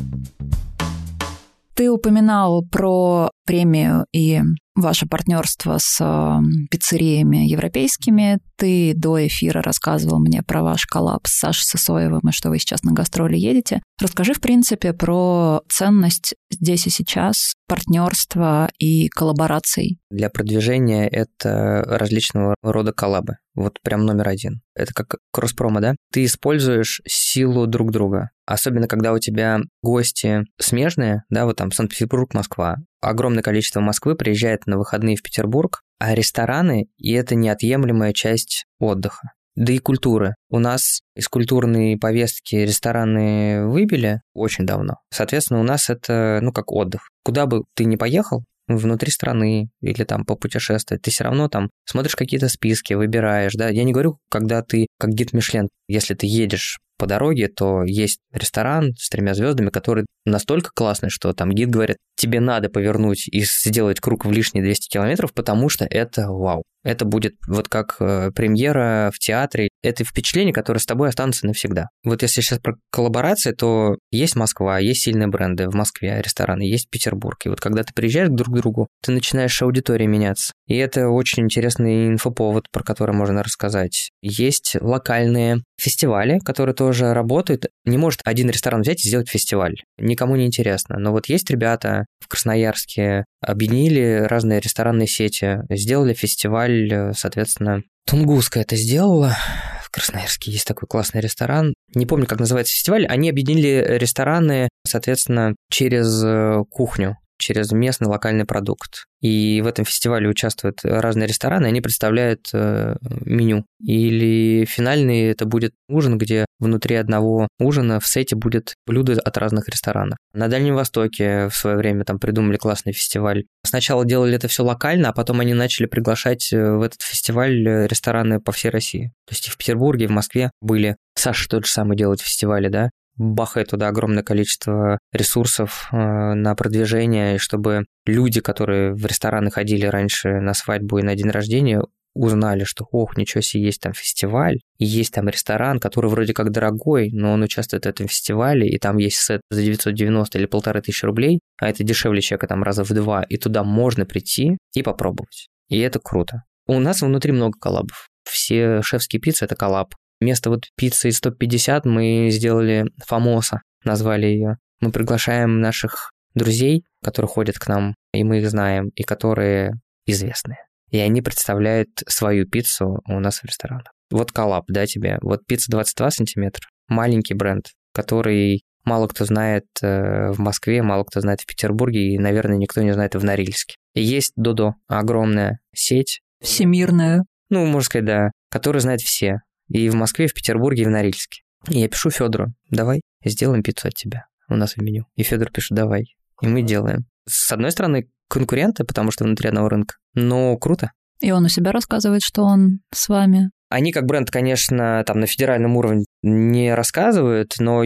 Ты упоминал про премию и ваше партнерство с пиццериями европейскими. Ты до эфира рассказывал мне про ваш коллаб с Сашей Сысоевым и что вы сейчас на гастроли едете. Расскажи, в принципе, про ценность здесь и сейчас партнерства и коллабораций. Для продвижения это различного рода коллабы. Вот прям номер один. Это как кросс-промо, да? Ты используешь силу друг друга. Особенно, когда у тебя гости смежные, да, вот там Санкт-Петербург, Москва. Огромное количество Москвы приезжает на выходные в Петербург, а рестораны, и это неотъемлемая часть отдыха. Да и культуры. У нас из культурной повестки рестораны выбили очень давно. Соответственно, у нас это, как отдых. Куда бы ты ни поехал, внутри страны или там попутешествовать, ты все равно там смотришь какие-то списки, выбираешь, да. Я не говорю, когда ты как гид Мишлен, если ты едешь по дороге, то есть ресторан с 3 звездами, который настолько классный, что там гид говорит, тебе надо повернуть и сделать круг в лишние 200 километров, потому что это вау. Это будет вот как премьера в театре. Это впечатление, которое с тобой останутся навсегда. Вот если сейчас про коллаборации, то есть Москва, есть сильные бренды в Москве, рестораны, есть Петербург. И вот когда ты приезжаешь друг к другу, ты начинаешь аудиторией меняться. И это очень интересный инфоповод, про который можно рассказать. Есть локальные фестивали, которые тоже работают. Не может один ресторан взять и сделать фестиваль. Никому не интересно. Но вот есть ребята в Красноярске, объединили разные ресторанные сети, сделали фестиваль, соответственно, Тунгуска это сделала. В Красноярске есть такой классный ресторан. Не помню, как называется фестиваль. Они объединили рестораны, соответственно, через кухню, через местный локальный продукт. И в этом фестивале участвуют разные рестораны, они представляют меню. Или финальный это будет ужин, где внутри одного ужина в сете будет блюдо от разных ресторанов. На Дальнем Востоке в свое время там придумали классный фестиваль. Сначала делали это все локально, а потом они начали приглашать в этот фестиваль рестораны по всей России. То есть и в Петербурге, и в Москве были. Саша тот же самый делает фестивали, да? Бахает туда огромное количество ресурсов на продвижение, чтобы люди, которые в рестораны ходили раньше на свадьбу и на день рождения, узнали, что, ничего себе, есть там фестиваль, и есть там ресторан, который вроде как дорогой, но он участвует в этом фестивале, и там есть сет за 990 или 1500 рублей, а это дешевле чека там раза в 2, и туда можно прийти и попробовать. И это круто. У нас внутри много коллабов. Все шефские пиццы – это коллаб. Вместо вот пиццы из 150 мы сделали Фамоса, назвали ее. Мы приглашаем наших друзей, которые ходят к нам, и мы их знаем, и которые известные. И они представляют свою пиццу у нас в ресторанах. Вот коллаб, да, тебе. Вот пицца 22 сантиметра. Маленький бренд, который мало кто знает в Москве, мало кто знает в Петербурге, и, наверное, никто не знает в Норильске. И есть Додо, огромная сеть. Всемирная. Можно сказать, да, которую знают все. И в Москве, и в Петербурге, и в Норильске. И я пишу Федору, давай сделаем пиццу от тебя у нас в меню. И Федор пишет, давай. И мы делаем. С одной стороны, конкуренты, потому что внутри одного рынка, но круто. И он у себя рассказывает, что он с вами. Они как бренд, конечно, там на федеральном уровне не рассказывают, но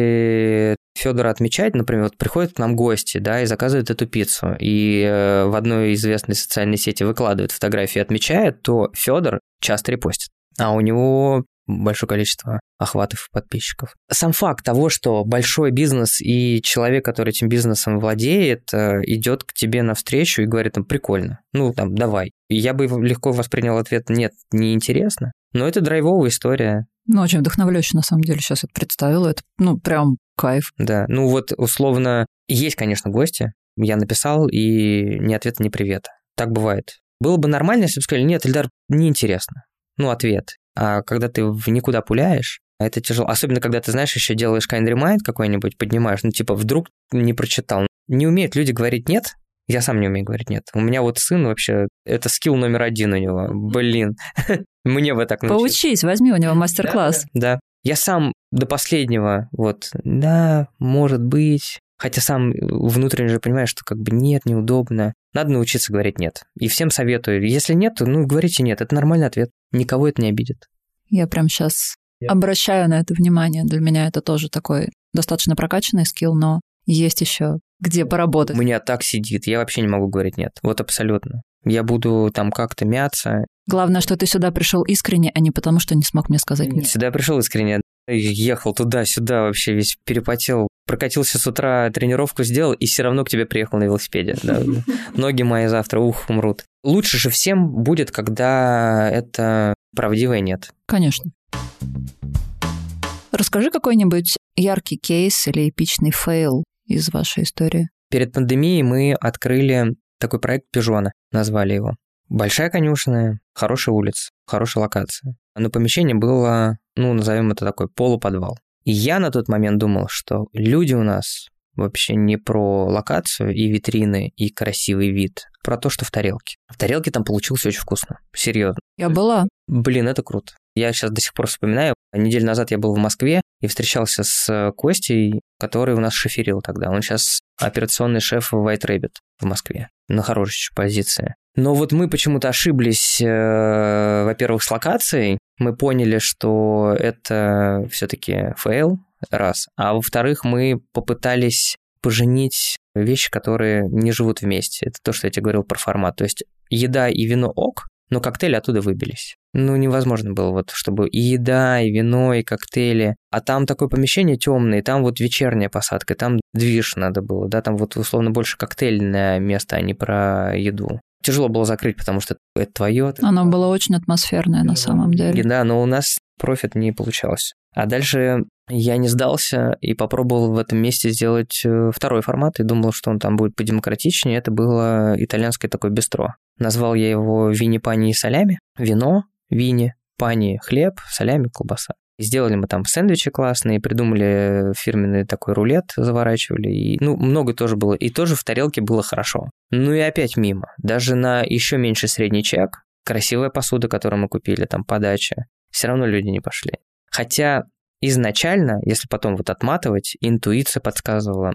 если Федора отмечает, например, вот приходят к нам гости, да, и заказывают эту пиццу, и в одной известной социальной сети выкладывают фотографии и отмечает, то Федор часто репостит. А у него большое количество охватов подписчиков. Сам факт того, что большой бизнес и человек, который этим бизнесом владеет, идет к тебе навстречу и говорит, прикольно, давай. Я бы легко воспринял ответ, нет, неинтересно, но это драйвовая история. Очень вдохновляюще, на самом деле, сейчас это представила, это, прям кайф. Да, условно, есть, конечно, гости, я написал, и ни ответа, ни привета. Так бывает. Было бы нормально, если бы сказали, нет, Ильдар, неинтересно. Ответ. А когда ты в никуда пуляешь, это тяжело. Особенно, когда ты, знаешь, еще делаешь kind remind какой-нибудь, поднимаешь, вдруг не прочитал. Не умеют люди говорить «нет», я сам не умею говорить «нет». У меня сын вообще, это скилл номер 1 у него. Блин, мне бы так научиться. Поучись, возьми у него мастер-класс. Да. Я сам до последнего, да, может быть. Хотя сам внутренне же понимаешь, что как бы нет, неудобно. Надо научиться говорить «нет». И всем советую. Если нет, то говорите «нет». Это нормальный ответ. Никого это не обидит. Я прям сейчас обращаю на это внимание. Для меня это тоже такой достаточно прокачанный скилл, но есть еще где поработать. У меня так сидит. Я вообще не могу говорить «нет». Вот абсолютно. Я буду там как-то мяться. Главное, что ты сюда пришел искренне, а не потому, что не смог мне сказать «нет». Сюда пришел искренне. Ехал туда-сюда, вообще весь перепотел. Прокатился с утра, тренировку сделал, и все равно к тебе приехал на велосипеде. Да. Ноги мои завтра, умрут. Лучше же всем будет, когда это правдивое «нет». Конечно. Расскажи какой-нибудь яркий кейс или эпичный фейл из вашей истории. Перед пандемией мы открыли такой проект «Пижона», назвали его. Большая конюшня, хорошая улица, хорошая локация. Но помещение было, назовем это такой полуподвал. И я на тот момент думал, что люди у нас вообще не про локацию и витрины, и красивый вид, а про то, что в тарелке. В тарелке там получилось очень вкусно, серьезно. Я была. Блин, это круто. Я сейчас до сих пор вспоминаю. Неделю назад я был в Москве и встречался с Костей, который у нас шоферил тогда. Он сейчас операционный шеф в White Rabbit в Москве. На хорошей позиции. Но вот мы почему-то ошиблись, во-первых, с локацией. Мы поняли, что это все-таки фейл, раз. А во-вторых, мы попытались поженить вещи, которые не живут вместе. Это то, что я тебе говорил про формат. То есть еда и вино ок, но коктейли оттуда выбились. Невозможно было чтобы и еда, и вино, и коктейли. А там такое помещение темное, там вот вечерняя посадка, там движ надо было, да, там вот условно больше коктейльное место, а не про еду. Тяжело было закрыть, потому что это твое. Оно было очень атмосферное на самом деле. Да, но у нас профит не получался. А дальше я не сдался и попробовал в этом месте сделать второй формат и думал, что он там будет подемократичнее. Это было итальянское такое бистро. Назвал я его вини, пани и солями. Вино, вини, пани, хлеб, солями, колбаса. И сделали мы там сэндвичи классные, придумали фирменный такой рулет, заворачивали. И, много тоже было. И тоже в тарелке было хорошо. И опять мимо. Даже на еще меньше средний чек, красивая посуда, которую мы купили, там подача, все равно люди не пошли. Хотя изначально, если потом вот отматывать, интуиция подсказывала,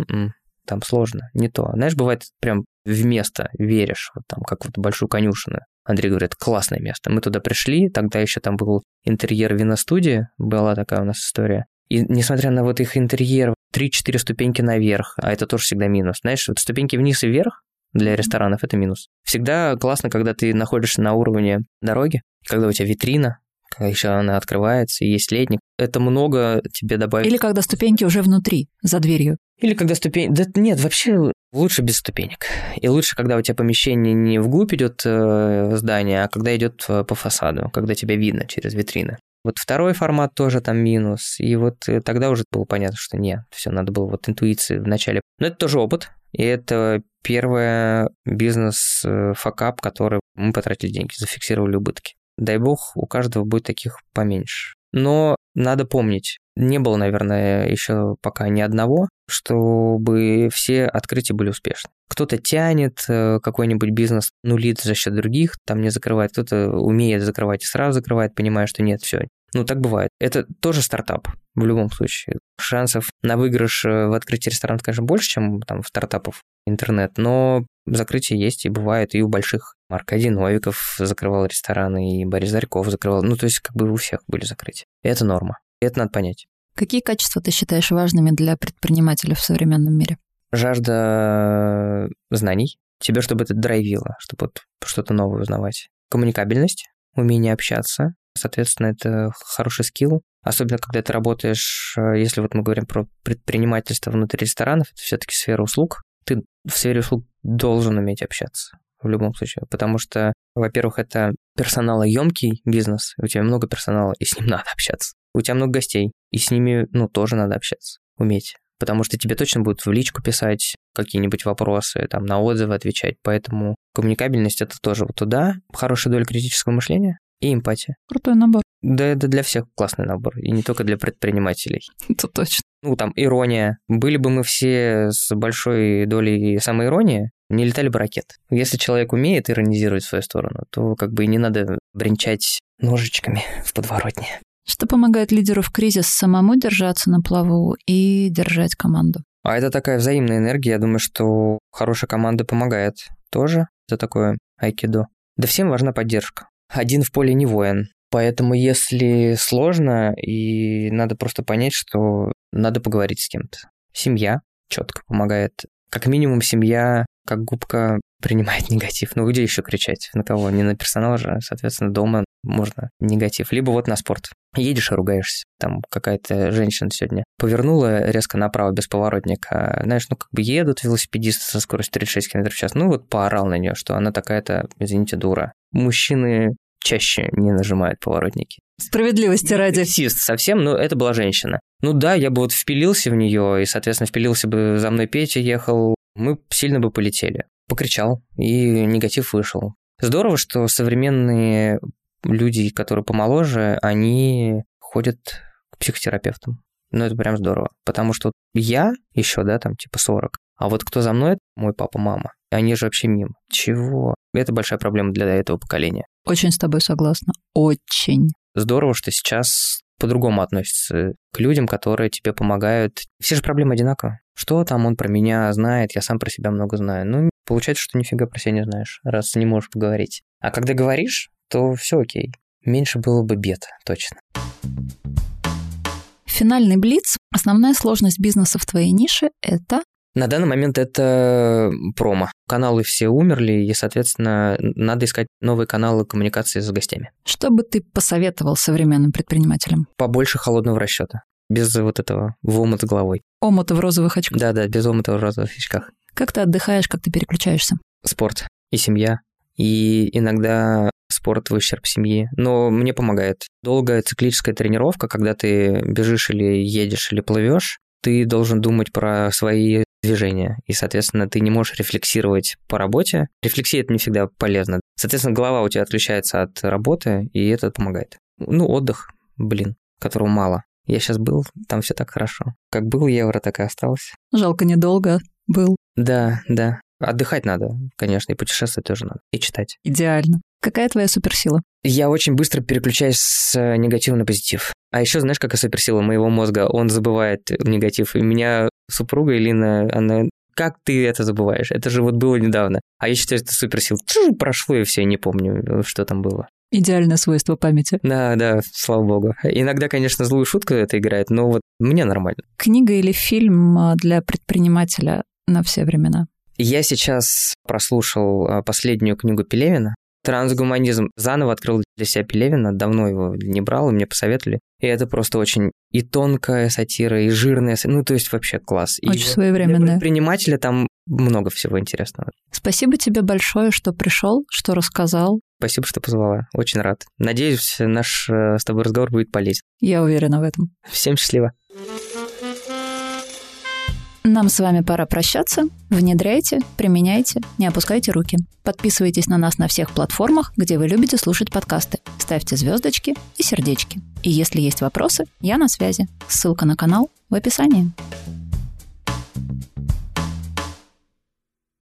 там сложно, не то. Знаешь, бывает прям в место веришь, вот там как вот большую конюшину. Андрей говорит, классное место. Мы туда пришли, тогда еще там был интерьер виностудии, была такая у нас история. И несмотря на вот их интерьер, 3-4 ступеньки наверх, а это тоже всегда минус. Знаешь, вот ступеньки вниз и вверх для ресторанов – это минус. Всегда классно, когда ты находишься на уровне дороги, когда у тебя витрина, когда еще она открывается, и есть летник. Это много тебе добавит. Или когда ступеньки уже внутри, за дверью. Или когда ступеньки... Да нет, вообще лучше без ступенек. И лучше, когда у тебя помещение не вглубь идет здание, а когда идет по фасаду, когда тебя видно через витрины. Вот второй формат тоже там минус. И вот тогда уже было понятно, что нет, все, надо было вот интуиции в начале. Но это тоже опыт. И это первый бизнес-факап, который мы потратили деньги, зафиксировали убытки. Дай бог, у каждого будет таких поменьше. Но надо помнить, не было, наверное, еще пока ни одного, чтобы все открытия были успешны. Кто-то тянет какой-нибудь бизнес, лид за счет других, там не закрывает, кто-то умеет закрывать и сразу закрывает, понимая, что нет, все. Так бывает. Это тоже стартап в любом случае. Шансов на выигрыш в открытии ресторана, конечно, больше, чем там в стартапах интернет, но закрытие есть и бывает и у больших. Аркадий Новиков закрывал рестораны, и Борис Зарьков закрывал. То есть как бы у всех были закрытия. Это норма. Это надо понять. Какие качества ты считаешь важными для предпринимателя в современном мире? Жажда знаний. Тебе, чтобы это драйвило, чтобы вот что-то новое узнавать. Коммуникабельность, умение общаться. Соответственно, это хороший скилл. Особенно, когда ты работаешь, если вот мы говорим про предпринимательство внутри ресторанов, это все-таки сфера услуг. Ты в сфере услуг должен уметь общаться в любом случае. Потому что, во-первых, это персоналоемкий бизнес. У тебя много персонала, и с ним надо общаться. У тебя много гостей, и с ними, тоже надо общаться, уметь. Потому что тебе точно будут в личку писать какие-нибудь вопросы, там, на отзывы отвечать. Поэтому коммуникабельность – это тоже вот туда. Хорошая доля критического мышления и эмпатия. Крутой набор. Да, это для всех классный набор, и не только для предпринимателей. Это точно. Там ирония. Были бы мы все с большой долей самоиронии, не летали бы ракеты. Если человек умеет иронизировать в свою сторону, то как бы и не надо бренчать ножичками в подворотне. Что помогает лидеру в кризис самому держаться на плаву и держать команду? А это такая взаимная энергия. Я думаю, что хорошая команда помогает тоже. Это такое айкидо. Да всем важна поддержка. Один в поле не воин. Поэтому если сложно, и надо просто понять, что надо поговорить с кем-то. Семья четко помогает. Как минимум семья, как губка, принимает негатив. Ну, где еще кричать? На кого? Не на персонала же, соответственно, дома можно негатив. Либо вот на спорт. Едешь и ругаешься. Там какая-то женщина сегодня повернула резко направо без поворотника. Знаешь, ну, как бы едут велосипедисты со скоростью 36 км в час. Ну, вот поорал на нее, что она такая-то, извините, дура. Мужчины чаще не нажимают поворотники. Справедливости ради. Таксист совсем, но это была женщина. Ну да, я бы вот впилился в нее, и, соответственно, впилился бы за мной Петя ехал, мы сильно бы полетели. Покричал, и негатив вышел. Здорово, что современные люди, которые помоложе, они ходят к психотерапевтам. Ну, это прям здорово. Потому что я еще, да, там типа 40. А вот кто за мной, мой папа, мама, они же вообще мимо. Чего? Это большая проблема для этого поколения. Очень с тобой согласна. Очень. Здорово, что сейчас по-другому относятся к людям, которые тебе помогают. Все же проблемы одинаковые. Что там он про меня знает, я сам про себя много знаю. Ну, получается, что нифига про себя не знаешь, раз не можешь поговорить. А когда говоришь, то все окей. Меньше было бы бед, точно. Финальный блиц. Основная сложность бизнеса в твоей нише – это? На данный момент это промо. Каналы все умерли, и, соответственно, надо искать новые каналы коммуникации с гостями. Что бы ты посоветовал современным предпринимателям? Побольше холодного расчета. Без вот этого в омут с головой. Омута в розовых очках? Да, без омута в розовых очках. Как ты отдыхаешь, как ты переключаешься? Спорт и семья. И иногда спорт в ущерб семьи. Но мне помогает. Долгая циклическая тренировка, когда ты бежишь или едешь, или плывешь, ты должен думать про свои движения. И, соответственно, ты не можешь рефлексировать по работе. Рефлексия – это не всегда полезно. Соответственно, голова у тебя отключается от работы, и это помогает. Ну, отдых, которого мало. Я сейчас был, там все так хорошо. Как был евро, так и осталось. Жалко, недолго был. Да. Отдыхать надо, конечно, и путешествовать тоже надо, и читать. Идеально. Какая твоя суперсила? Я очень быстро переключаюсь с негатива на позитив. А еще знаешь, какая суперсила моего мозга? Он забывает негатив. И у меня супруга Элина, она... Как ты это забываешь? Это же вот было недавно. А я считаю, что это суперсила. Прошло, и все, не помню, что там было. Идеальное свойство памяти. Да, слава богу. Иногда, конечно, злую шутку это играет, но вот мне нормально. Книга или фильм для предпринимателя на все времена? Я сейчас прослушал последнюю книгу Пелевина «Трансгуманизм». Заново открыл для себя Пелевина, давно его не брал, и мне посоветовали. И это просто очень и тонкая сатира, и жирная, ну, то есть вообще класс. Очень своевременная. Для предпринимателя там много всего интересного. Спасибо тебе большое, что пришел, что рассказал. Спасибо, что позвала. Очень рад. Надеюсь, наш с тобой разговор будет полезен. Я уверена в этом. Всем счастливо. Нам с вами пора прощаться. Внедряйте, применяйте, не опускайте руки. Подписывайтесь на нас на всех платформах, где вы любите слушать подкасты. Ставьте звездочки и сердечки. И если есть вопросы, я на связи. Ссылка на канал в описании.